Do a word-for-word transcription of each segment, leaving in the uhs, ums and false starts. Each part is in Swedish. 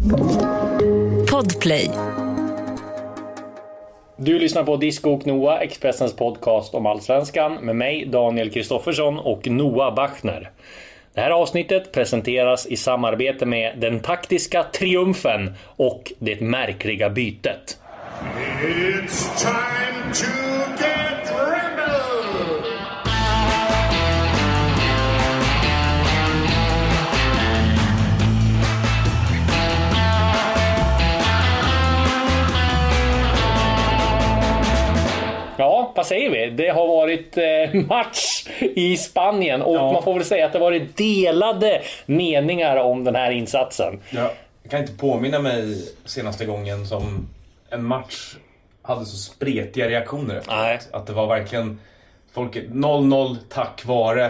Podplay. Du lyssnar på Disco och Noah, Expressens podcast om Allsvenskan med mig, Daniel Kristoffersson och Noah Bachner. Det här avsnittet presenteras i samarbete med Den taktiska triumfen och Det märkliga bytet. It's time to get rebel! Ja, vad säger vi? Det har varit eh, match i Spanien och ja. Man får väl säga att det har varit delade meningar om den här insatsen. Ja, jag kan inte påminna mig senaste gången som en match hade så spretiga reaktioner efter. Nej. Att det var verkligen folk noll noll tack vare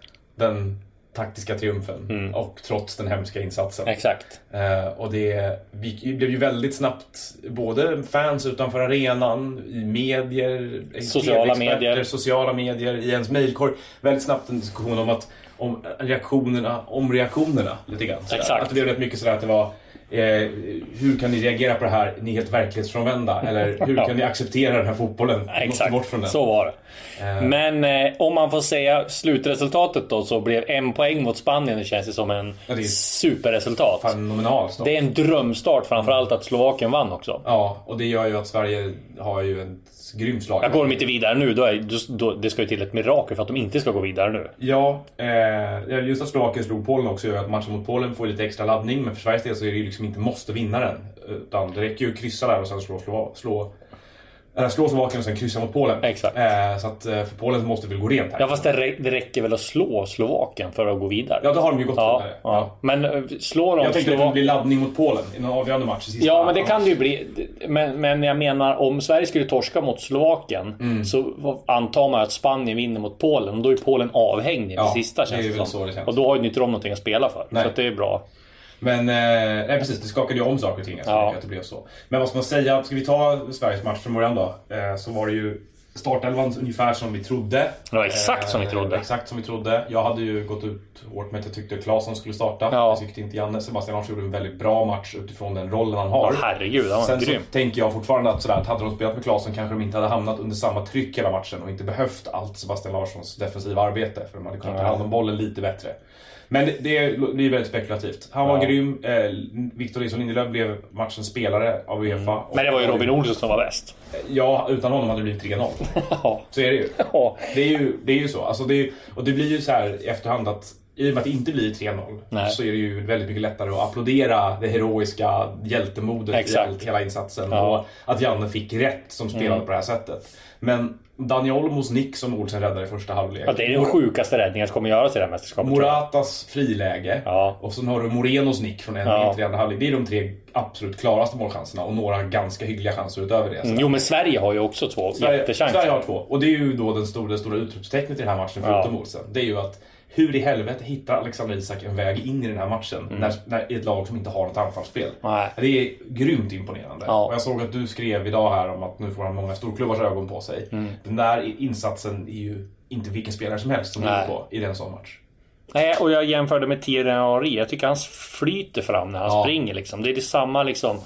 den taktiska triumfen mm. och trots den hemska insatsen. Exakt. Eh, och det vi, blev ju väldigt snabbt både fans utanför arenan, i medier, sociala medier, sociala medier, i ens mejlkorg, väldigt snabbt en diskussion om att om reaktionerna, om reaktionerna lite grann. Exakt. Att det blev rätt mycket sådär att det var Eh, hur kan ni reagera på det här? Ni är helt verklighetsfrånvända. Eller hur kan ni acceptera den här fotbollen? Exakt, bort från den? Så var det. eh. Men eh, om man får säga slutresultatet då, så blev en poäng mot Spanien. Det känns det som en ja, det superresultat. Fenomenal start. Det är en drömstart, framförallt att Slovakien vann också. Ja, och det gör ju att Sverige har ju en grym slag. Jag går de inte vidare nu, då är, då, det ska ju till ett mirakel för att de inte ska gå vidare nu. Ja, eh, just att Slovakien slog Polen också gör att matchen mot Polen får lite extra laddning. Men för Sveriges del så är det ju liksom inte måste vinna den. Utan det räcker ju att kryssa där och sen slå, slå, slå, äh, slå Slovakien och sen kryssa mot Polen. Exakt. Eh, så att för Polen måste väl gå rent här. Ja, fast det, rä- det räcker väl att slå Slovakien för att gå vidare. Ja, då har de ju gått ja, vidare. Ja. Ja. Men slår de Jag tänkte Slova- att det blir laddning mot Polen i någon avgörande match i sista. Ja, men det kan det ju bli. Men, men jag menar, om Sverige skulle torska mot Slovakien mm. så antar man att Spanien vinner mot Polen. Och då är Polen avhängd i ja, det sista, känns det är det så det känns. Och då har ju inte de någonting att spela för. Nej. Så att det är bra. Men eh, nej, precis, det skakade ju om saker och ting. Ja. Att det blev så. Men vad ska man säga? Ska vi ta Sveriges match från början då? Eh, så var det ju startelvan ungefär som vi trodde. Ja, exakt som vi trodde. Eh, exakt som vi trodde. Jag hade ju gått ut hårt med att jag tyckte Claesson skulle starta. Ja. Jag tyckte inte Janne. Sebastian Larsson gjorde en väldigt bra match utifrån den rollen han har. Ja, herregud, han var Sen grym. så tänker jag fortfarande att, sådär, att hade de spelat med Claesson kanske de inte hade hamnat under samma tryck hela matchen och inte behövt allt Sebastian Larssons defensiva arbete. För de hade kunnat ta hand om bollen lite bättre. Men det, det blir väldigt spekulativt. Han var ja. grym. Eh, Victor Nilsson Lindelöf blev matchens spelare av UEFA. Mm. Men det var ju Robin Olsson som var bäst. Ja, utan honom hade det blivit tre noll. Så är det ju. Ja. Det är ju, det är ju så. Alltså det är, och det blir ju så här i efterhand att i och med att det inte blir tre noll Nej. så är det ju väldigt mycket lättare att applådera det heroiska hjältemodet Exakt. i allt, hela insatsen. Ja. Och att Janne fick rätt som spelade mm. på det här sättet. Men Dani Olmos nick som Olsen räddade i första halvlek. Ja, det är den sjukaste räddningen som kommer göra till det här mästerskapet. Moratas friläge. Ja. Och så har du Morenos nick från en ja. meter i andra halvlek. Det är de tre absolut klaraste målchanserna. Och några ganska hyggliga chanser utöver det. Mm, jo, men Sverige har ju också två Sverige, jättechanser. Sverige har två. Och det är ju då den stora, stora utropstecknet i den här matchen förutom ja. Olsen. Det är ju att hur i helvete hittar Alexander Isak en väg in i den här matchen mm. när, när ett lag som inte har något anfallsspel. Nej. Det är grymt imponerande. Ja. Och jag såg att du skrev idag här om att nu får han många storklubbars ögon på sig. Mm. Den där insatsen är ju inte vilken spelare som helst som är på i den sån match. Nej, och jag jämförde med Thierry Henry. Jag tycker han flyter fram när han ja. springer liksom. Det är det samma liksom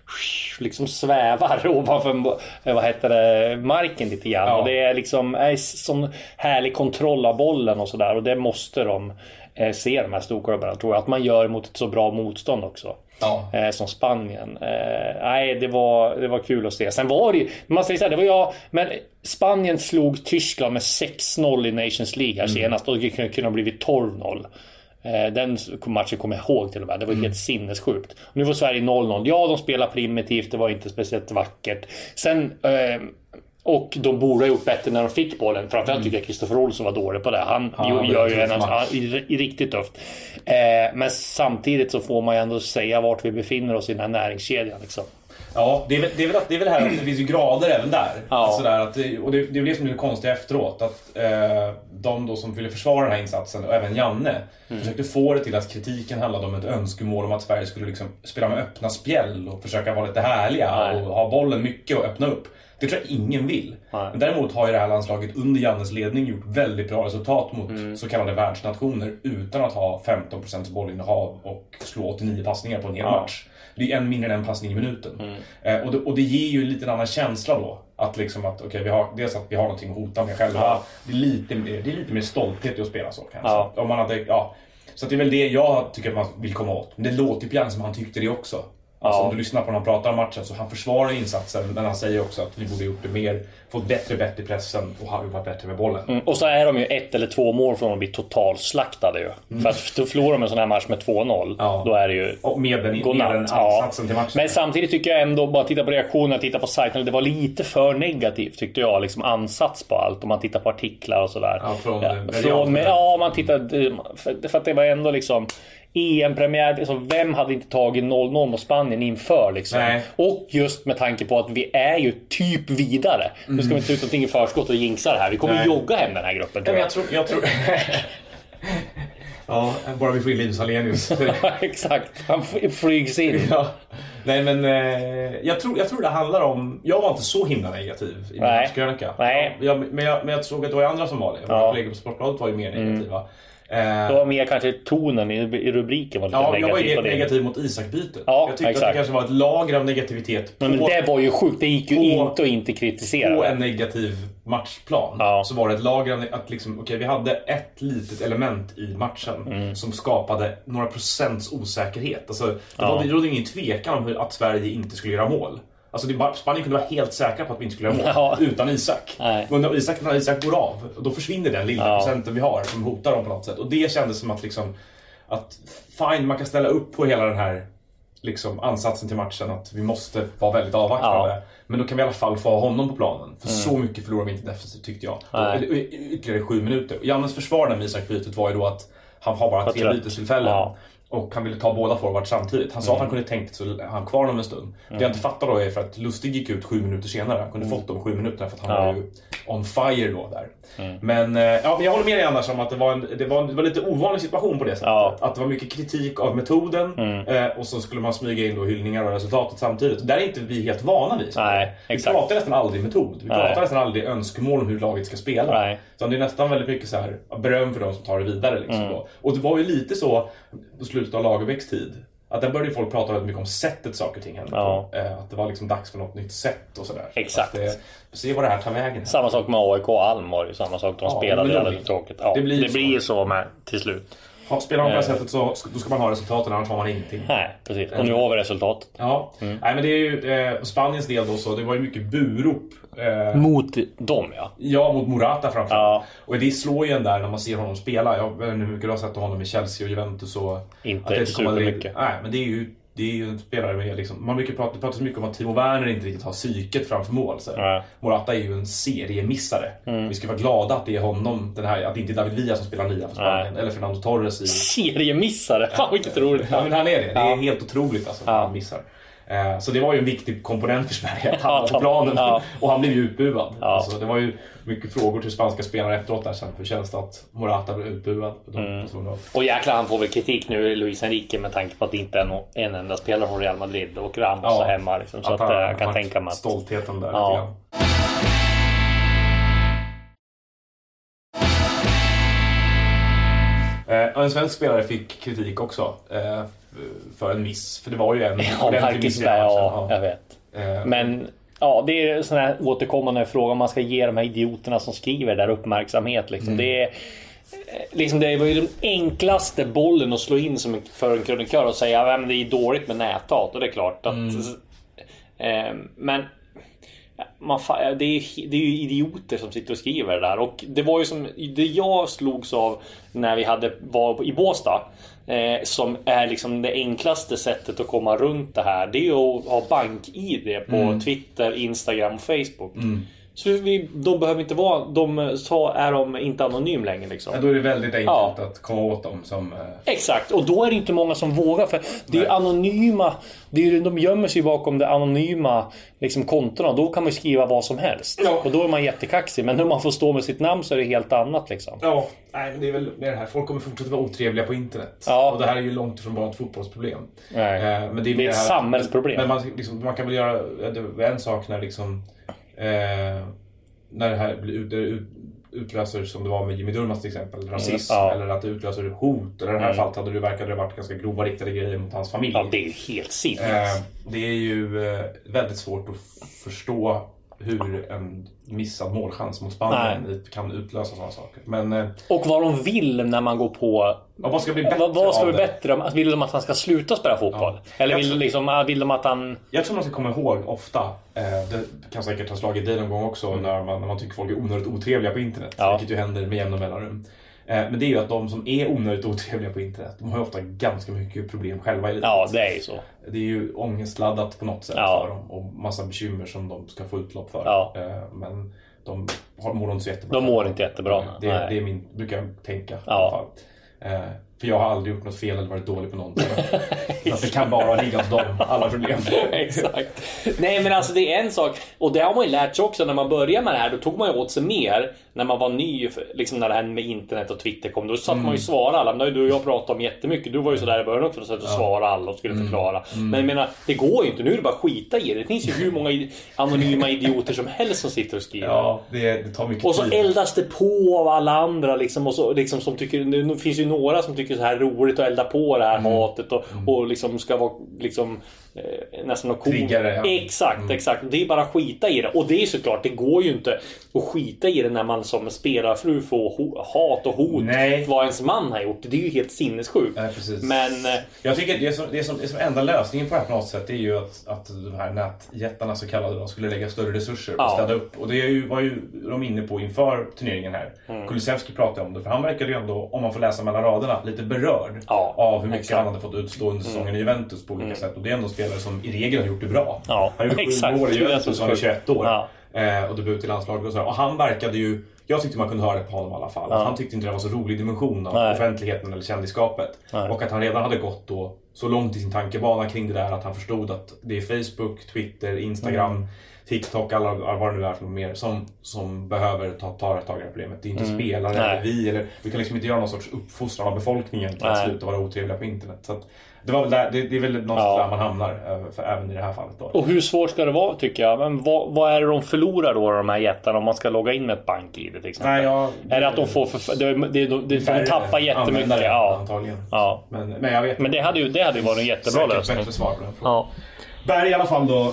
liksom svävar ovanför vad heter det, marken lite grann. Ja. Och det är liksom är som härlig kontroll av bollen och sådär. Och det måste de eh, se, de här storklubbarna, tror jag. Att man gör mot ett så bra motstånd också. Ja. Eh, som Spanien. Eh, nej, det var, det var kul att se. Sen var det ju, man säger så här, det var jag, men Spanien slog Tyskland med sex noll i Nations League här mm. senast. Och det kunde kunna blivit tolv noll. Den matchen kommer jag ihåg till och med. Det var mm. helt sinnessjukt. Och nu var Sverige noll noll. Ja, de spelar primitivt. Det var inte speciellt vackert. Sen eh, och de borde ha gjort bättre när de fick bollen. Framförallt mm. tycker jag Kristoffer Olsson var dålig på det. Han ja, gör ju en han, i, i riktigt tufft. Eh, men samtidigt så får man ju ändå säga vart vi befinner oss i den här näringskedjan liksom. Ja, det är väl det är väl, det är väl här att det finns ju grader även där. Ja. Alltså där att det, och det, det är väl det som är det konstiga efteråt. Att eh, de då som ville försvara den här insatsen, och även Janne, mm. försökte få det till att kritiken handlade om ett önskemål om att Sverige skulle liksom spela med öppna spjäll och försöka vara lite härliga. Nej. Och ha bollen mycket och öppna upp. Det tror jag ingen vill. Nej. Men däremot har ju det här landslaget under Jannes ledning gjort väldigt bra resultat mot mm. så kallade världsnationer utan att ha femton procent bollinnehav och slå åttionio passningar på en hel ja. match. Det är en mindre än en passning i minuten. Mm. Eh, och, det, och det ger ju en liten annan känsla då. Att liksom att, okej, okay, vi har, dels att vi har någonting att hota med själva. Ja. Det, är lite, det är lite mer stolthet i att spela så kanske. Ja. Om man hade, ja. Så det är väl det jag tycker att man vill komma åt. Men det låter ju grann som han tyckte det också. Alltså, ja. Om du lyssnar på när han pratar om matchen så han försvarar insatsen, men han säger också att vi borde gjort det mer, fått bättre bättre i pressen och har varit bättre med bollen. Mm. Och så är de ju ett eller två mål från att bli totalslaktade ju. Mm. För att då förlorar de en sån här match med två noll. Ja. Då är det ju och med den, med den ansatsen ja. till matchen. Men samtidigt tycker jag ändå, bara titta på reaktionerna, titta på sajten, det var lite för negativt tyckte jag, liksom ansats på allt. Om man tittar på artiklar och sådär. Ja, från, ja, från med, ja, man tittar för, för att det var ändå liksom E M-premiär, liksom, vem hade inte tagit noll noll mot Spanien inför liksom. Och just med tanke på att vi är ju typ vidare. Mm. Nu ska vi inte ut någonting i förskott och jinxa det här. Vi kommer Nej. jogga hem den här gruppen. Tror jag. jag tror, jag tror... ja, bara vi får in Linus Hallenius. Exakt, han flygs in. Ja. Nej men eh, jag, tror, jag tror det handlar om. Jag var inte så himla negativ i min matchkrönika. Nej. Jag, men, jag, men jag såg att det var andra som var det. Våra ja. kollegor på Sportbladet var ju mer negativa. Mm. Det var mer kanske tonen i, i rubriken var lite ja, negativ. Jag var ju negativ mot Isak-bytet. Ja, jag tyckte exakt. att det kanske var ett lager av negativitet på, men det var ju sjukt, det gick ju på, inte att inte kritisera. På en negativ matchplan ja. så var det ett lager av att liksom, okej, okay, vi hade ett litet element i matchen mm. som skapade några procents osäkerhet. Alltså, det, ja. var, det rådde ingen tvekan om hur, att Sverige inte skulle göra mål. Alltså det, Spanien kunde vara helt säkra på att vi inte skulle göra mål ja. utan Isak. Nej. Men när Isak, när Isak går av, då försvinner den lilla ja. procenten vi har som hotar dem på något sätt. Och det kändes som att liksom, att fine, man kan ställa upp på hela den här liksom, ansatsen till matchen att vi måste vara väldigt avvaktande. Ja. Men då kan vi i alla fall få honom på planen. För mm. så mycket förlorar vi inte defensivt tyckte jag. Och, ytterligare sju minuter. Jannes försvar med Isak-bytet var ju då att han har bara tre bytestillfällen. Ja. Och han ville ta båda forward samtidigt. Han sa mm. att han kunde tänkt så han kvar dem en stund. Mm. Det jag inte fattar då är för att Lustig gick ut sju minuter senare. Han kunde mm. fått de sju minuterna för att han ja. var ju on fire då där. Mm. Men, ja, men jag håller med dig annars om att det var en, det var en, det var en lite ovanlig situation på det sättet. Ja. Att det var mycket kritik av metoden mm. eh, och så skulle man smyga in då hyllningar och resultatet samtidigt. Där är inte vi helt vana vid. Nej, vi pratar nästan aldrig metod. Vi Nej. pratar nästan aldrig önskemål om hur laget ska spela. Nej. Så det är nästan väldigt mycket så här beröm för de som tar det vidare. Liksom, mm. då. Och det var ju lite så på slutet av Lagerbäcks tid. Att där började folk prata väldigt mycket om sättet saker och ting hände ja. på. Att det var liksom dags för något nytt sätt och sådär. Exakt. Att det, se vad det här tar vägen. Här. Samma sak med A I K och Alm var ju samma sak. De ja, spelade väldigt tråkigt. Ja, det blir ju så. så med till slut. Ja, spelar man på det sättet så då ska man ha resultaten, annars har man ingenting. Nej, precis. Och nu har vi resultat. Ja, mm. Nej, men det är ju eh, på Spaniens del då så det var ju mycket burop. Eh, mot dem, ja. Ja, mot Morata framförallt. Ja. Och det slår ju en där när man ser honom spela. Jag vet inte hur mycket du har sett honom i Chelsea och Juventus och... Inte supermycket. Nej, men det är ju... Det är ju en spelare med liksom, man brukar prata, pratar så mycket om att Timo Werner inte riktigt har psyket framför mål så. Ja. Morata är ju en seriemissare. Mm. Vi ska vara glada att det är honom den här, att det inte är David Villa som spelar nia för Spanien eller Fernando Torres i seriemissare. Fan vilket roligt. Ja, men han är det. Det är ja. helt otroligt alltså, ja. han missar. Eh, så det var ju en viktig komponent för Sverige att han var på planen ja. och han blev ju utbuad. Ja. Alltså, det var ju mycket frågor till spanska spelare efteråt där sen för känns att Morata blev utbuad. Mm. Och jäklar, han får väl kritik nu, Luis Enrique, med tanke på att det inte är no- en enda spelare från Real Madrid och Ramos ja. är hemma liksom, så att, att jag kan tänka mig att stoltheten där ja. eh, en svensk spelare fick kritik också eh, för en miss, för det var ju en ja, Marcus Berg, ja, jag vet. Eh, Men ja, det är sån här återkommande fråga om man ska ge de här idioterna som skriver där uppmärksamhet liksom. Mm. Det är liksom, det var ju den enklaste bollen att slå in som för en krönikör och säga att det är dåligt med näthat, och det är klart att mm. eh, men man, det, är, det är ju idioter som sitter och skriver där. Och det var ju som det jag slogs av när vi hade var i Båstad, eh, som är liksom det enklaste sättet att komma runt det här. Det är ju att ha bank-I D på mm. Twitter, Instagram och Facebook. Mm. Så vi, de behöver inte vara, de så är de inte anonym längre liksom. Ja, då är det väldigt enkelt ja. att komma åt dem som eh... Exakt, och då är det inte många som vågar, för det är ju anonyma, det är, de gömmer sig bakom det anonyma liksom kontona, då kan man skriva vad som helst. Ja. Och då är man jättekaxig, men när man får stå med sitt namn så är det helt annat liksom. Ja, nej, men det är väl det här, folk kommer fortsätta vara otrevliga på internet. Ja. Och det här är ju långt ifrån bara ett fotbollsproblem. Nej. Eh, men det är, det är ett här, samhällsproblem. Men man, liksom, man kan väl göra en sak när liksom Eh, när det här blir ut, utlöser, som det var med Jimmy Durmaz till exempel, rasism, ja. eller att det utlöser hot. Eller i det här mm. fallet hade det verkat det varit ganska grova riktade grejer mot hans familj. Ja, det är helt sinnigt. Eh, det är ju eh, väldigt svårt att f- förstå hur en missad målchans mot Spanien kan utlösa sådana saker. Men, eh, och vad de vill när man går på... Ja, vad ska bli bättre? Vad, vad ska av bli bättre? Om, vill de att han ska sluta spela fotboll? Ja. Eller vill, tror, liksom, vill de att han... Jag tror man ska komma ihåg ofta, eh, det kan säkert ha slagit dig någon gång också, mm. när, man, när man tycker folk är onödigt otrevliga på internet. Ja. Vilket ju händer med jämna mellanrum. Eh, men det är ju att de som är onödigt otrevliga på internet, de har ju ofta ganska mycket problem själva i livet. Ja, det är ju så. Det är ju ångestladdat på något sätt ja. för dem. Och massa bekymmer som de ska få utlopp för. Ja. Eh, men de har, mår inte så jättebra. De mår inte jättebra. Det, det är min, brukar jag tänka ja. i alla fall. Eh, för jag har aldrig gjort något fel eller varit dålig på någonting. Det kan bara ligga hos dem, alla problem. Exakt. Nej, men alltså det är en sak. Och det har man ju lärt sig också när man började med det här. Då tog man ju åt sig mer när man var ny, liksom när det här med internet och Twitter kom. Då satt mm. man ju svara alla. Men du och jag pratade om jättemycket. Du var ju sådär i början också, så att du ja. svara alla och skulle förklara. Mm. Men jag menar, det går ju inte. Nu är det bara skita i det. Det finns ju hur många anonyma idioter som helst som sitter och skriver. Ja, det, det tar mycket och så tid. eldas det på av alla andra liksom, och så, liksom, som tycker, det finns ju några som tycker så här roligt att elda på det här mm. hatet och, mm. och liksom ska vara liksom eh, nästan något coolt. Ja. Exakt, mm. exakt. Det är bara skita i det. Och det är såklart, det går ju inte att skita i det när man som spelarfru får ho- hat och hot. Nej. Vad ens man har gjort. Det är ju helt sinnessjukt. Nej, precis. Men jag tycker det är som, det är som, det är som enda lösningen på det här på något sätt, det är ju att, att de här nätjättarna så kallade då, skulle lägga större resurser och ja. städa upp. Och det är ju, var ju de inne på inför turneringen här. Mm. Kulusevski pratade om det, för han verkade ju ändå, om man får läsa mellan raderna, lite berörd ja, av hur mycket exakt. han hade fått utstå under säsongen mm. i Juventus på olika mm. sätt. Och det är ändå spelare som i regel har gjort det bra. Ja, han har gjort sju mål i Juventus som var tjugoett år. Ja. Eh, och debut i landslaget och så. Och han verkade ju, jag tyckte man kunde höra det på honom i alla fall. Ja. Han tyckte inte det var så rolig dimension av Nej. offentligheten eller kändisskapet. Nej. Och att han redan hade gått då så långt i sin tankebana kring det där att han förstod att det är Facebook, Twitter, Instagram, mm. TikTok, alla vad det nu är för mer som, som behöver ta, ta ett tag i det här problemet. Det är inte mm. spelare eller vi, eller vi kan liksom inte göra någon sorts uppfostran av befolkningen till att sluta vara otrevliga på internet. Så att det, var där, det, det är väl någonstans ja. där man hamnar för, även i det här fallet då. Och hur svårt ska det vara tycker jag? Men vad, vad är det de förlorar då, de här jättarna, om man ska logga in med ett bank-I D till exempel? Nej, ja, det, är det att de får för, det, det, det, det, de tappar jättemycket? Ja, antagligen. Ja. Men, men jag vet. Men det hade ju, det hade ju varit en jättebra lösning. Bättre svar på den frågan. Ja. Berg i alla fall då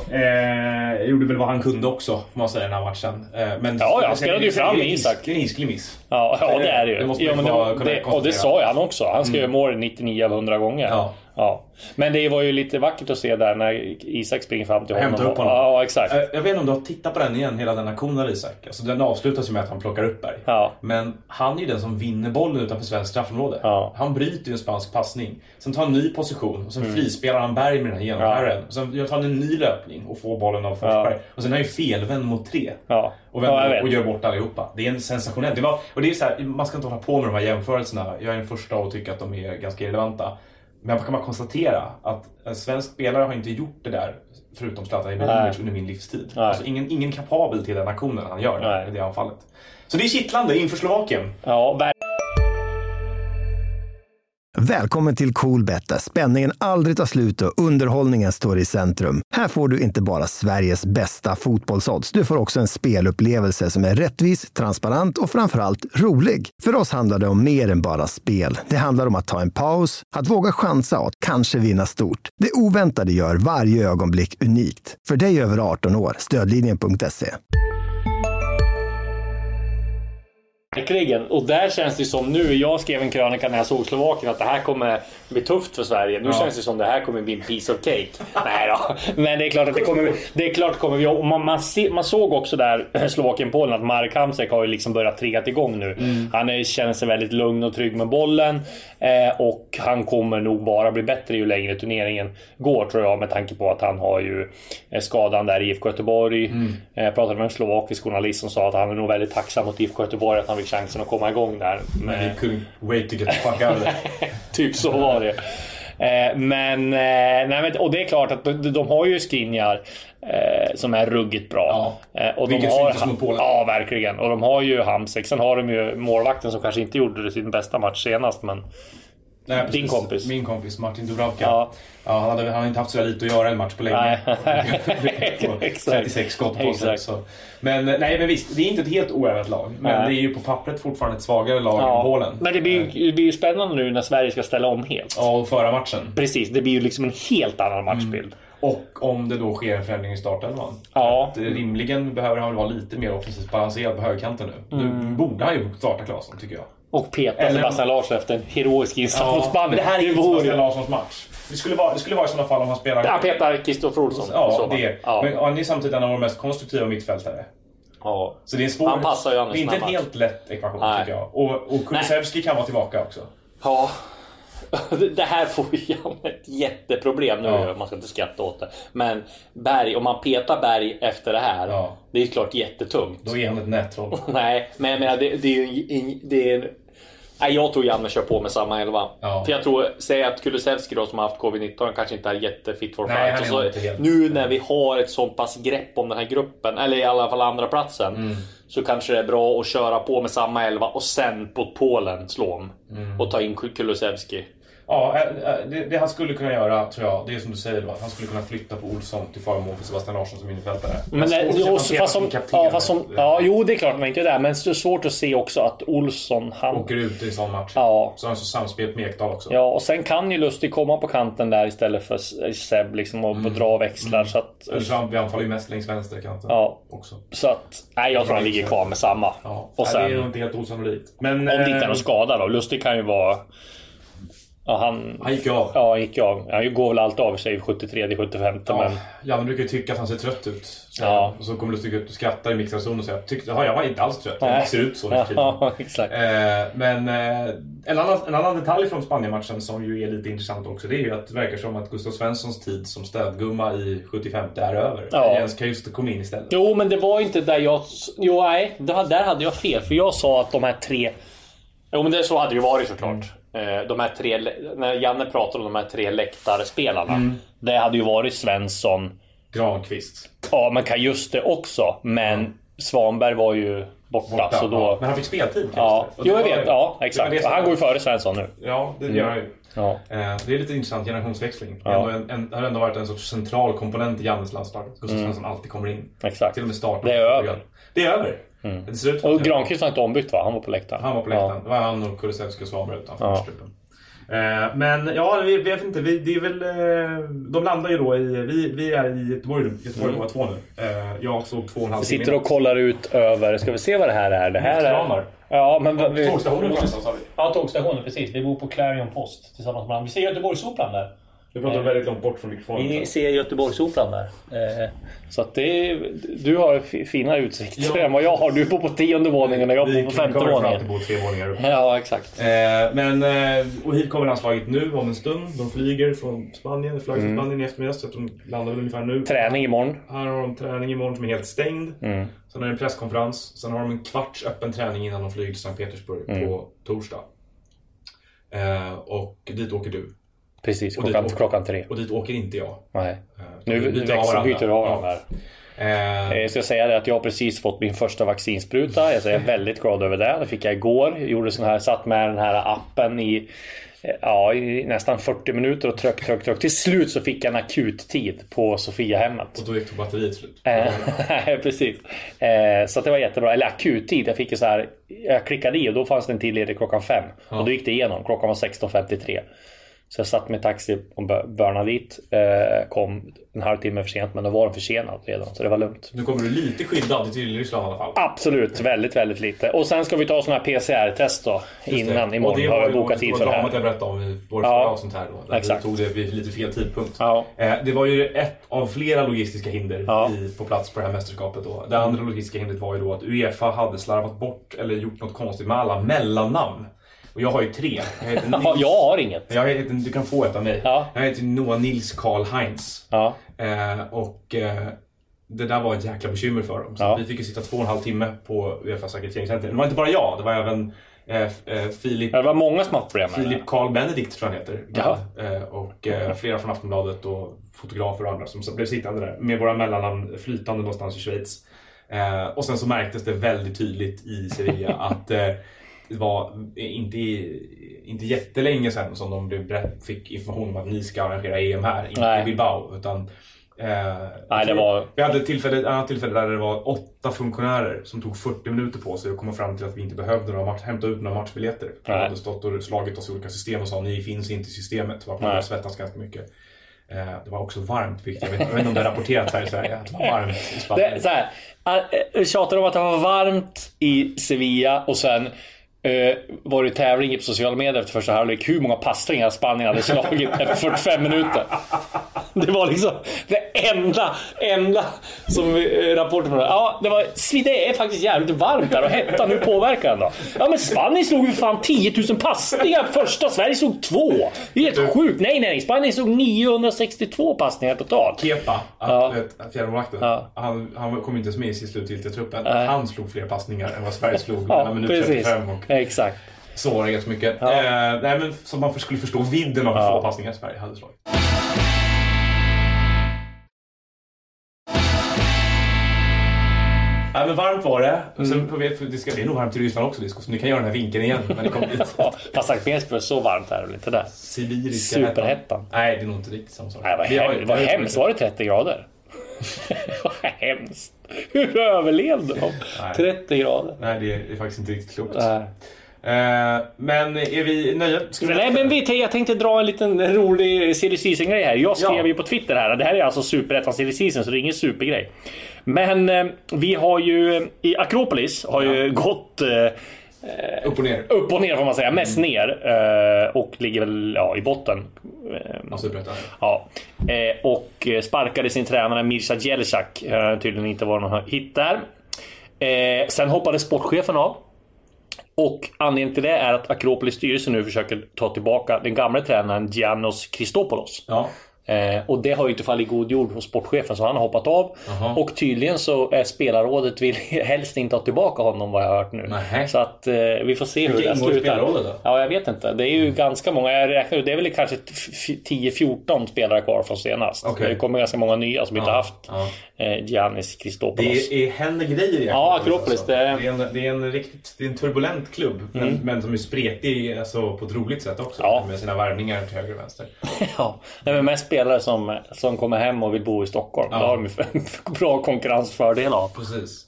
eh, gjorde väl vad han kunde också, får man säga, den här matchen. Eh, men ja, jag spelade ju fram Isak. Det är en hisklig miss. Ja, ja, det är det ju. Det måste ja, men vara, det, det, och det sa ju han också. Han skrev mm. mål nittionio av hundra gånger. Ja. Ja. Men det var ju lite vackert att se där när Isak springer fram till honom. Hämta upp honom. Ja, exakt. Jag vet inte om du har tittat på den igen, hela den aktionen av Isak. Alltså, den avslutas ju med att han plockar upp Berg. Ja. Men han är ju den som vinner bollen utanför svensk straffområde. Ja. Han bryter ju en spansk passning. Sen tar han en ny position och sen mm. frispelar han Berg med den här genomfärren. Ja. Sen tar han en ny löpning och får bollen av Forsberg. Ja. Och sen är han ju felvänd mot tre. Ja. Och, vänder, ja, och gör bort allihopa. Det är en sensationell. Det var, och det är så här, man ska inte hålla på med de här jämförelserna. Jag är den första att tycka att de är ganska relevanta. Men man kan bara konstatera att en svensk spelare har inte gjort det där förutom Zlatan Ibrahimovic under min livstid. Alltså ingen, ingen kapabel till den aktionen han gör där, i det anfallet. Så det är kittlande inför Slovakien. Ja, ver- Välkommen till Coolbet, där spänningen aldrig tar slut och underhållningen står i centrum. Här får du inte bara Sveriges bästa fotbollsodds. Du får också en spelupplevelse som är rättvis, transparent och framförallt rolig. För oss handlar det om mer än bara spel. Det handlar om att ta en paus, att våga chansa och att kanske vinna stort. Det oväntade gör varje ögonblick unikt. För dig över arton år, stödlinjen punkt se. Krigen. Och där känns det som nu, jag skrev en krönika när jag såg Slovakien att det här kommer bli tufft för Sverige. Nu ja. känns det som det här kommer bli en piece of cake. Nej då. Men det är klart att det kommer, det är klart kommer vi, och man, man, se, man såg också där Slovakien-Polen att Marek Hamsik har ju liksom börjat trigga igång nu. Mm. Han är, känner sig väldigt lugn och trygg med bollen eh, och han kommer nog bara bli bättre ju längre turneringen går, tror jag, med tanke på att han har ju eh, skadan där i I F K Göteborg. Mm. Jag eh, pratade med en slovakisk journalist som sa att han är nog väldigt tacksam mot I F K Göteborg att han fick chansen att komma igång där. Men he couldn't wait to get the fuck out of it. Typ så var det. Eh, men, eh, nej, men och det är klart att de, de har ju Skriniar eh, som är ruggigt bra. Ja. Eh, och de har, ja, verkligen. Och de har ju Hamsik. Sen har de ju målvakten som kanske inte gjorde sin bästa match senast, men Nej, Din kompis. Min kompis Martin Dubravka. Ja. Ja, han, hade, han hade inte haft så lite att göra en match på länge. trettiosex skott på sig. Så. Men, nej, men visst, det är inte ett helt oävet lag. Men nej. Det är ju på pappret fortfarande ett svagare lag ja. än Polen. Men det blir, ju, det blir ju spännande nu när Sverige ska ställa om helt. Ja, och förra matchen. Precis, det blir ju liksom en helt annan matchbild. Mm. Och om det då sker en förändring i startelvan. Ja. Att rimligen behöver han vara lite mer offensivt balanserad på högerkanten nu. Mm. Nu borde han ju starta Claesson, tycker jag. Och peta Eller... Sebastian Larsson efter en heroisk insats ja, mot Spanien. Det här är inte Sebastian Larssons match. Det skulle vara, det skulle vara i sådana fall om han spelar... Ja, Petar Kristoffer Olsson. Ja, det är. Ja. Men han är samtidigt en av de mest konstruktiva mittfältare. Ja. Så det är svårt. Han passar ju det är inte en helt lätt ekvation, nej. tycker jag. Och, och Kulusevski kan vara tillbaka också. Ja. Det här får ju ett jätteproblem nu, ja. Man ska inte skratta åt det. Men Berg, om man petar Berg efter det här, ja. det är ju klart jättetungt. Då är han ett nättroll. Nej, men, men det, det är ju det är, nej, jag tror Janne kör på med samma elva. Ja. För jag tror, säg att Kulusevski då som har haft covid nitton kanske inte är jättefit för fight. Så nu när vi har ett sånt pass grepp om den här gruppen, eller i alla fall andra platsen, mm. så kanske det är bra att köra på med samma elva och sen på Polen slå om mm. och ta in Kulusevski. Ja, det, det han skulle kunna göra, tror jag, det är som du säger då, att han skulle kunna flytta på Olsson till förmån för Sebastian Larsson som innerfältare. Men det, jo, fast som, ja, fast som, ja, jo, det är klart man inte är där, men det är svårt att se också att Olsson han åker ut i en sån match. Ja. Så han så samspel med Ekdal också. Ja, och sen kan ju Lustig komma på kanten där istället för Seb liksom och mm. dra växlar mm. så att eller så vi anfaller ju mest längs vänsterkanten ja. också. Så att nej, jag tror han ligger kvar med samma. Ja. Och sen, nej, det är nog inte helt osannolikt. Men om det inte är någon skada då, Lustig kan ju vara. Ja, han, han gick av. Ja, han gick av. Han går väl alltid av sig sjuttiotre till sjuttiofem. Ja, men... Janne brukar ju tycka att han ser trött ut. Så, ja. Och så kommer Lustig ut och skrattar i mixationen och säger att jag var inte alls trött. Jag ser ut så. Ja, exakt. Eh, men eh, en, annan, en annan detalj från Spanien-matchen som ju är lite intressant också, det är ju att det verkar som att Gustav Svenssons tid som städgumma i sjuttiofem är över. Ja. Jens kan just komma in istället. Jo, men det var inte där jag... Jo, nej. Där hade jag fel. För jag sa att de här tre... Jo, men det, så hade det ju varit såklart. Mm. De här tre, när Janne pratar om de här tre läktarspelarna, mm. det hade ju varit Svensson, Granqvist. Ja, men Kajuste också. Men mm. Svanberg var ju borta, borta så då... Ja. Men han fick speltid. Ja, jo, jag vet. Ju... Ja, exakt. Det han går ju före Svensson nu. Ja, det gör han ju. Ja. Det är lite intressant generationsväxling. Ja. Det en, en, har ändå varit en sorts central komponent i Jannes landslag. Gustav mm. Svensson alltid kommer in. Exakt. Till och med startar. Det är över. Det är över. Mm. Det ser ut och Granqvist har inte ombytt, va? Han var på läktaren. Han var på läktaren. Ja. Det var han och Kulusevski och Svanberg utanför ja. eh, Men ja, vi vet inte. Vi, det är väl, eh, de landar ju då i... Vi, vi är i Göteborg, Göteborg mm. två nu. Eh, jag såg två och en halv timme. Vi sitter och kollar ut över... Ska vi se vad det här är? Det här är... Ja, men... Ja, vi... Tågstationen förresten, sa vi. Ja, tågstationen, precis. Vi bor på Clarion Post tillsammans med... Vi ser Göteborgsoperan där. Du pratar eh, väldigt långt bort från mikrofonen. Vi ser Göteborgsoperan där. Eh, så att det, du har fina utsikter ja. än vad jag har. Du bor på tionde våningen och jag bor på femte våningen. Vi bor tre våningar upp. Ja, exakt. Eh, men, eh, och hit kommer landslaget nu om en stund. De flyger från Spanien. De flyger från Spanien i eftermiddag så att de landar ungefär nu. Träning imorgon. Här har de träning imorgon som är helt stängd. Mm. Sen är det en presskonferens. Sen har de en kvarts öppen träning innan de flyger till Sankt Petersburg mm. på torsdag. Eh, och dit åker du. Precis, klockan, åker, klockan tre. Och dit åker inte jag. Nej. Uh, nu växer, byter du av varandra. Ja. Uh, jag ska säga det att jag har precis fått min första vaccinspruta. Jag är väldigt glad över det. Det fick jag igår. Jag gjorde sån här, satt med den här appen i, ja, i nästan fyrtio minuter och tryck, tryck, tryck. Till slut så fick jag en akut tid på Sofiahemmet. Och då gick batteriet slut. Nej, precis. Uh, så det var jättebra. Eller akut tid. Jag fick ju så här, jag klickade i och då fanns det en till ledig klockan fem. Ja. Och då gick det igenom. Klockan var sexton femtiotre. Så jag satt med taxi och börnade dit. Eh, kom en halvtimme för sent, men då var den försenad redan. Så det var lugnt. Nu kommer du lite skyddad till Ryssland i alla fall. Absolut, väldigt, väldigt lite. Och sen ska vi ta sådana här P C R-test då. Innan imorgon. Och det har jag bokat tid för det här. Det jag berättade om i vår förra avsnitt här då. Exakt. Vi tog det vid lite fel tidpunkt. Ja. Eh, det var ju ett av flera logistiska hinder ja. i, på plats på det här mästerskapet då. Det andra logistiska hindret var ju då att UEFA hade slarvat bort eller gjort något konstigt med alla mellannamn. Och jag har ju tre. Jag, heter Nils, jag har inget. Jag heter, du kan få ett av mig. Ja. Jag heter Noah Nils Karl Heinz. Ja. Eh, och eh, det där var ett jäkla bekymmer för dem. Så ja. vi fick ju sitta två och en halv timme på UEFAs ackrediteringscenter. Det var inte bara jag, det var även eh, eh, Filip... Det var många som har problem med Filip Karl Benedikt tror jag han heter. Ja. Eh, och eh, flera från Aftonbladet och fotografer och andra som blev sittande där. Med våra mellannamn flytande någonstans i Schweiz. Eh, och sen så märktes det väldigt tydligt i Sevilla att... Eh, var inte, inte jättelänge sedan som de blev, fick information om att ni ska arrangera E M här, inte i Bilbao, utan eh, Nej, det var... vi hade ett tillfälle, ett annat tillfälle där det var åtta funktionärer som tog fyrtio minuter på sig och komma fram till att vi inte behövde några match, hämta ut några matchbiljetter. De hade stått och slagit oss i olika system och sa ni finns inte i systemet, var man svettas ganska mycket. Det var också varmt, vilket jag vet, jag vet inte om det rapporterats här i Sverige att det var varmt i Spanien. Det, så här, jag tjatar om att det var varmt i Sevilla och sen uh, var det tävling på sociala medier efter första halvlek hur många passningar Spanien hade slagit efter fyrtiofem minuter. Det var liksom det enda enda som uh, rapporten var. Ja, det var det är faktiskt jävligt varmt där och hettan, hur påverkar den då? Ja, men Spanien slog ju fan tio tusen passningar första, Sverige slog två. Det är helt sjukt. Nej, nej, Spanien slog niohundrasextiotvå passningar totalt. Kepa, ja. fjärdemålvakten, ja. han, han kom inte ens med i slutgiltiga truppen. Nej. Han slog fler passningar än vad Sverige slog ja, mellan minut trettiofem och exakt. Så var det jättemycket. Ja. Eh, nej, men så man skulle förstå vidden av ja. få passningar Sverige hade slagit. Ja, men varmt var det. Och sen, mm. det ska bli nog varmt i Ryssland också, Disco, så ni kan göra den här vinkeln igen när ni kommer dit. Ja, fast Sankt Petersburg är så varmt här och lite där. Sibiriska superhettan. Nej, det är nog inte riktigt samma sak. Nej, vad hem, det var hemskt. Var det trettio grader? Vad hemskt. Hur överlevde de? trettio grader. Nej, det är, det är faktiskt inte riktigt klokt. Nej. Uh, men är vi nöjda? Nej, men vi, jag tänkte dra en liten rolig silly season grej här. Jag skrev ja. ju på Twitter här. Det här är alltså superettan silly season, så det är ingen supergrej. Men eh, vi har ju i Akropolis har ju ja. gått eh, upp och ner. Upp och ner får man säga, mest mm. ner eh, och ligger väl ja, i botten. Ja, superettan. Ja. Eh, och sparkade sin tränare Mirza Jelshak. Eh, tydligen inte var någon hit där. Eh, sen hoppade sportchefen av. Och anledningen till det är att Akropolis styrelse nu försöker ta tillbaka den gamla tränaren Giannos Christopoulos. Ja. Eh, och det har ju inte fallit god jord hos sportchefen, så han har hoppat av. Aha. Och tydligen så är spelarrådet vill helst inte ha tillbaka honom, vad jag har hört nu. Nähe. Så att eh, vi får se hur Vilka det slutar. Då? Ja, jag vet inte. Det är ju mm. ganska många, jag räknar ut, det är väl kanske tio fjorton spelare kvar från senast. Okay. Det kommer ganska många nya som ja. inte haft ja. eh, Giannis Christopoulos. Det är händer grejer i Ja, Akropolis. Alltså. Det, är... Det, är en, det är en riktigt det är en turbulent klubb, mm. men, men som är spretig alltså, på ett roligt sätt också. Ja. Med sina värvningar till höger och vänster. Ja, det är mest spelare som, som kommer hem och vill bo i Stockholm. Ja. Då har de bra konkurrensfördel av. Precis.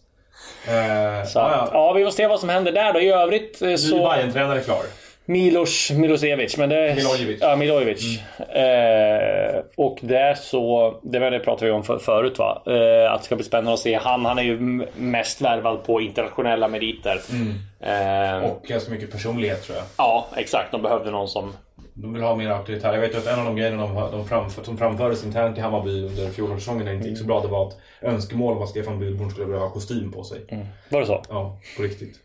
Eh, så, ja, ja. ja, vi får se vad som händer där då. I övrigt så... Nu är Bayern-tränare klar. Milos Milosevic, men det Milojevic. Ja, Milojevic. Mm. Eh, och där så det var det pratade vi om för, förut va. Eh, att det ska bli spännande att se han han är ju mest värvad på internationella meriter. Mm. Eh, och ganska mycket personlighet tror jag. Ja, exakt. De behövde någon som de vill ha mer auktoritär. Jag vet att en av de grejerna de, de framför, som framfördes internt i Hammarby under fjolårssäsongen inte gick så bra. Det var att önskemål var att Stefan Billborn skulle ha kostym på sig. Mm. Var det så? Ja, på riktigt.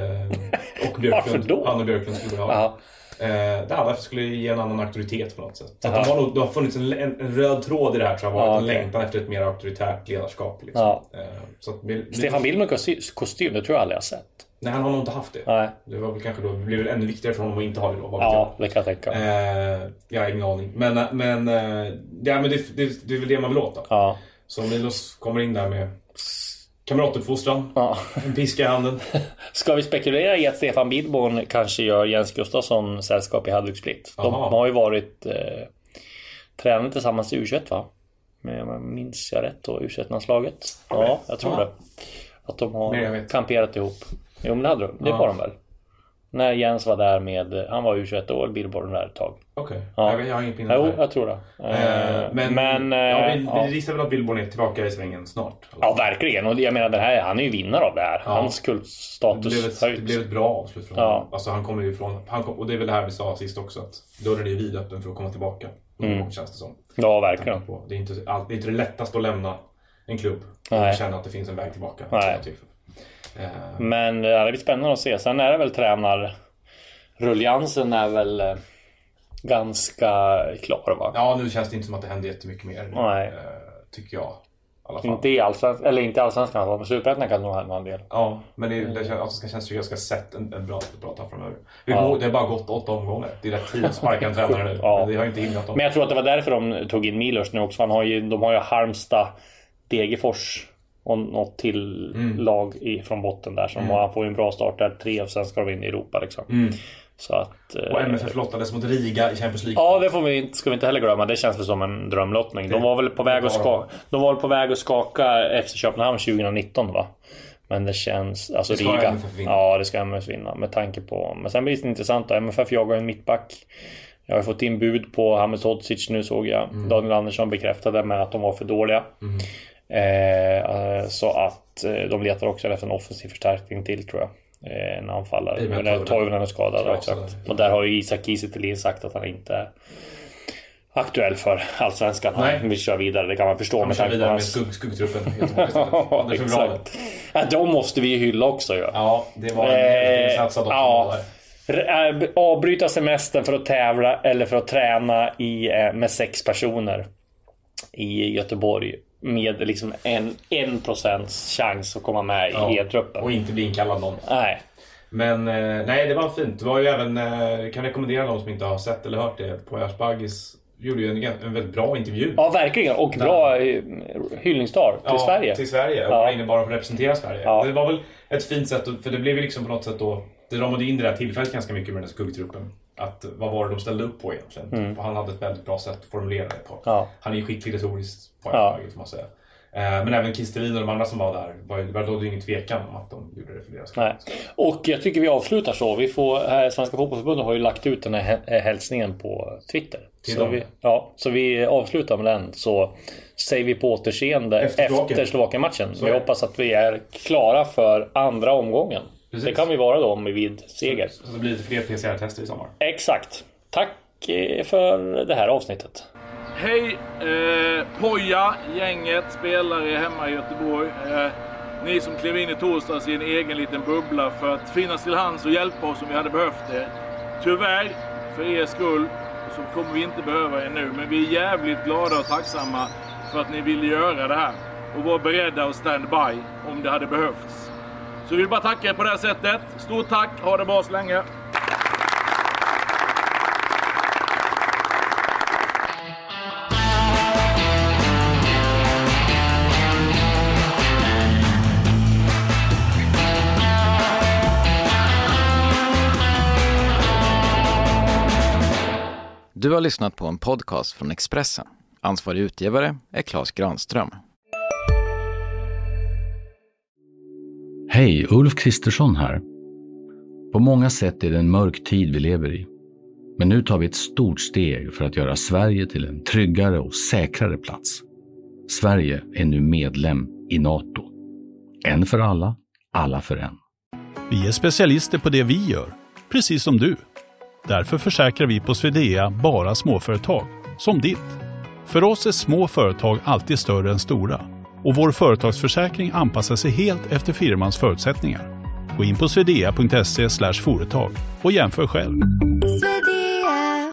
Eh, och Björklund, han och Björklund skulle ha. Eh, det andra skulle ge en annan auktoritet på något sätt. Så att de har nog, det har funnits en, en, en röd tråd i det här tror jag. Var en okay. längtan efter ett mer auktoritärt ledarskap. Liksom. Ja. Eh, så att, Bill, Stefan Billborn kostym, det tror jag aldrig jag sett. Nej, han har nog inte haft det. Nej. Det var väl kanske då, det blev väl ännu viktigare för honom att inte ha det då. Ja, det kan jag tänka. Eh, jag har ingen aning. Men, men, eh, ja, men det, det, det är väl det man vill åt då. Ja. Så Milos kommer in där med kamratuppfostran, ja. en piska i handen. Ska vi spekulera i att Stefan Billborn kanske gör Jens Gustafsson sällskap i Hadvik Split? De Aha. har ju varit eh, tränare tillsammans i U tjugoett va? Men minns jag rätt då, U tjugoett-landslaget? Ja, jag tror Aha. det. Att de har kamperat ihop. Jo, men det hade de. Det var de väl. När Jens var där med, han var ju tjugoett år, Billborn där ett tag. Okej, okay. ja. jag har ingen pinne. Jo, jag tror det. Eh, men men ja, vi, ja. vi visar väl att Billborn är tillbaka i svängen snart. Eller? Ja, verkligen. Och jag menar, det här, han är ju vinnare av det här. Ja. Hans kultstatus det blev ett, höjt. Det blev ett bra avslut från ja. honom. Alltså han kommer ju ifrån, han kom, och det är väl det här vi sa sist också, att dörren är vidöppen för att komma tillbaka. Mm. Känns det som. Ja, verkligen. Det är, inte, det är inte det lättaste att lämna en klubb och känna att det finns en väg tillbaka. Nej. Men det är spännande att se. Sen är det väl tränar rulliansen är väl eh, ganska klar va? Ja, nu känns det inte som att det händer jättemycket mer. Nej. Eh, tycker jag. I alla fall. Inte i allsvenskan, eller inte i allsvenskan, men superettan kan nog ha en del. Ja, men det, det känns, alltså, känns ju ganska sett en, en bra, bra tag framöver. Vi ja. går, det har bara gått åtta omgångar. Det är rätt tid att sparka en tränare nu. Ja. Men det har inte hindrat dem. Men jag tror att det var därför de tog in Milos nu också. Han har ju, de har ju Halmstad, Degerfors och något till mm. lag i, från botten där. Så mm. han får ju en bra start där, tre och sen ska de in i Europa liksom. Mm. Så att, och M F F lottades mot Riga i Champions League. Ja, det får vi inte, ska vi inte heller glömma. Det känns väl som en drömlottning. De var väl på väg att skaka, de var på väg att skaka efter Köpenhamn tjugonitton, va? Men det känns, alltså det ska Riga. M F F vinna. Ja, det ska M F F vinna med tanke på. Men sen blir det intressant då. M F F jagar en mittback. Jag har fått in bud på Hamis Hodzic nu, såg jag. Mm. Daniel Andersson bekräftade med att de var för dåliga. Mm. Eh, så att eh, de letar också efter en offensiv förstärkning till, tror jag. Eh, en anfallare. Men Toivonen är skadad. Ja, exakt. Och där har ju Isak Kiese Thelin sagt att han inte är aktuell för allsvenskan. Han vill köra vidare, det kan man förstå. Han med kör vidare hans... med skugg, skuggtruppen. Ja, exakt. Ja, de måste vi hylla också. Ja, ja det var en eh, insats av dem. Ja. Avbryta semestern för att tävla eller för att träna i, med sex personer i Göteborg med liksom en, en procents chans att komma med ja, i E-truppen. Och inte bli inkallad någon. Nej. Men nej, det var fint. Det var ju även, kan rekommendera någon som inte har sett eller hört det, på Aschbaggis gjorde ju en, en väldigt bra intervju. Ja, verkligen. Och bra hyllningsdag till ja, Sverige. till Sverige. Och ja. Innebar att representera Sverige. Ja. Det var väl ett fint sätt, för det blev ju liksom på något sätt då, det ramade in det där tillfället ganska mycket med den skuggtruppen. Att vad var det de ställde upp på egentligen? Mm. Och han hade ett väldigt bra sätt att formulera det på. Ja. Han är ju skicklig retoriskt på Aschbaggis, ja. får man säga. Men även Kistelin och de andra som var där var, var det ingen tvekan om att de gjorde det för deras. Nej. Och jag tycker vi avslutar så. Vi får, här, Svenska fotbollsförbundet har ju lagt ut den här hälsningen på Twitter. Så vi, ja, så vi avslutar med den. Så säger vi på återseende efter, efter Slovakien-matchen. Vi hoppas att vi är klara för andra omgången. Precis. Det kan vi vara då om vi vid seger. Så, så det blir lite fler P C R-tester i sommar. Exakt. Tack för det här avsnittet. Hej, eh, Poja, gänget, spelare hemma i Göteborg. Eh, ni som klev in i torsdags i en egen liten bubbla för att finnas till hands och hjälpa oss om vi hade behövt det. Tyvärr, för er skull, så kommer vi inte behöva er nu. Men vi är jävligt glada och tacksamma för att ni ville göra det här. Och var beredda att stand by om det hade behövts. Så vi vill bara tacka er på det här sättet. Stort tack, ha det bra så länge. Du har lyssnat på en podcast från Expressen. Ansvarig utgivare är Claes Granström. Hej, Ulf Kristersson här. På många sätt är det en mörk tid vi lever i. Men nu tar vi ett stort steg för att göra Sverige till en tryggare och säkrare plats. Sverige är nu medlem i NATO. En för alla, alla för en. Vi är specialister på det vi gör, precis som du. Därför försäkrar vi på Swedea bara småföretag, som ditt. För oss är små företag alltid större än stora. Och vår företagsförsäkring anpassar sig helt efter firmans förutsättningar. Gå in på swedea punkt se slash företag och jämför själv.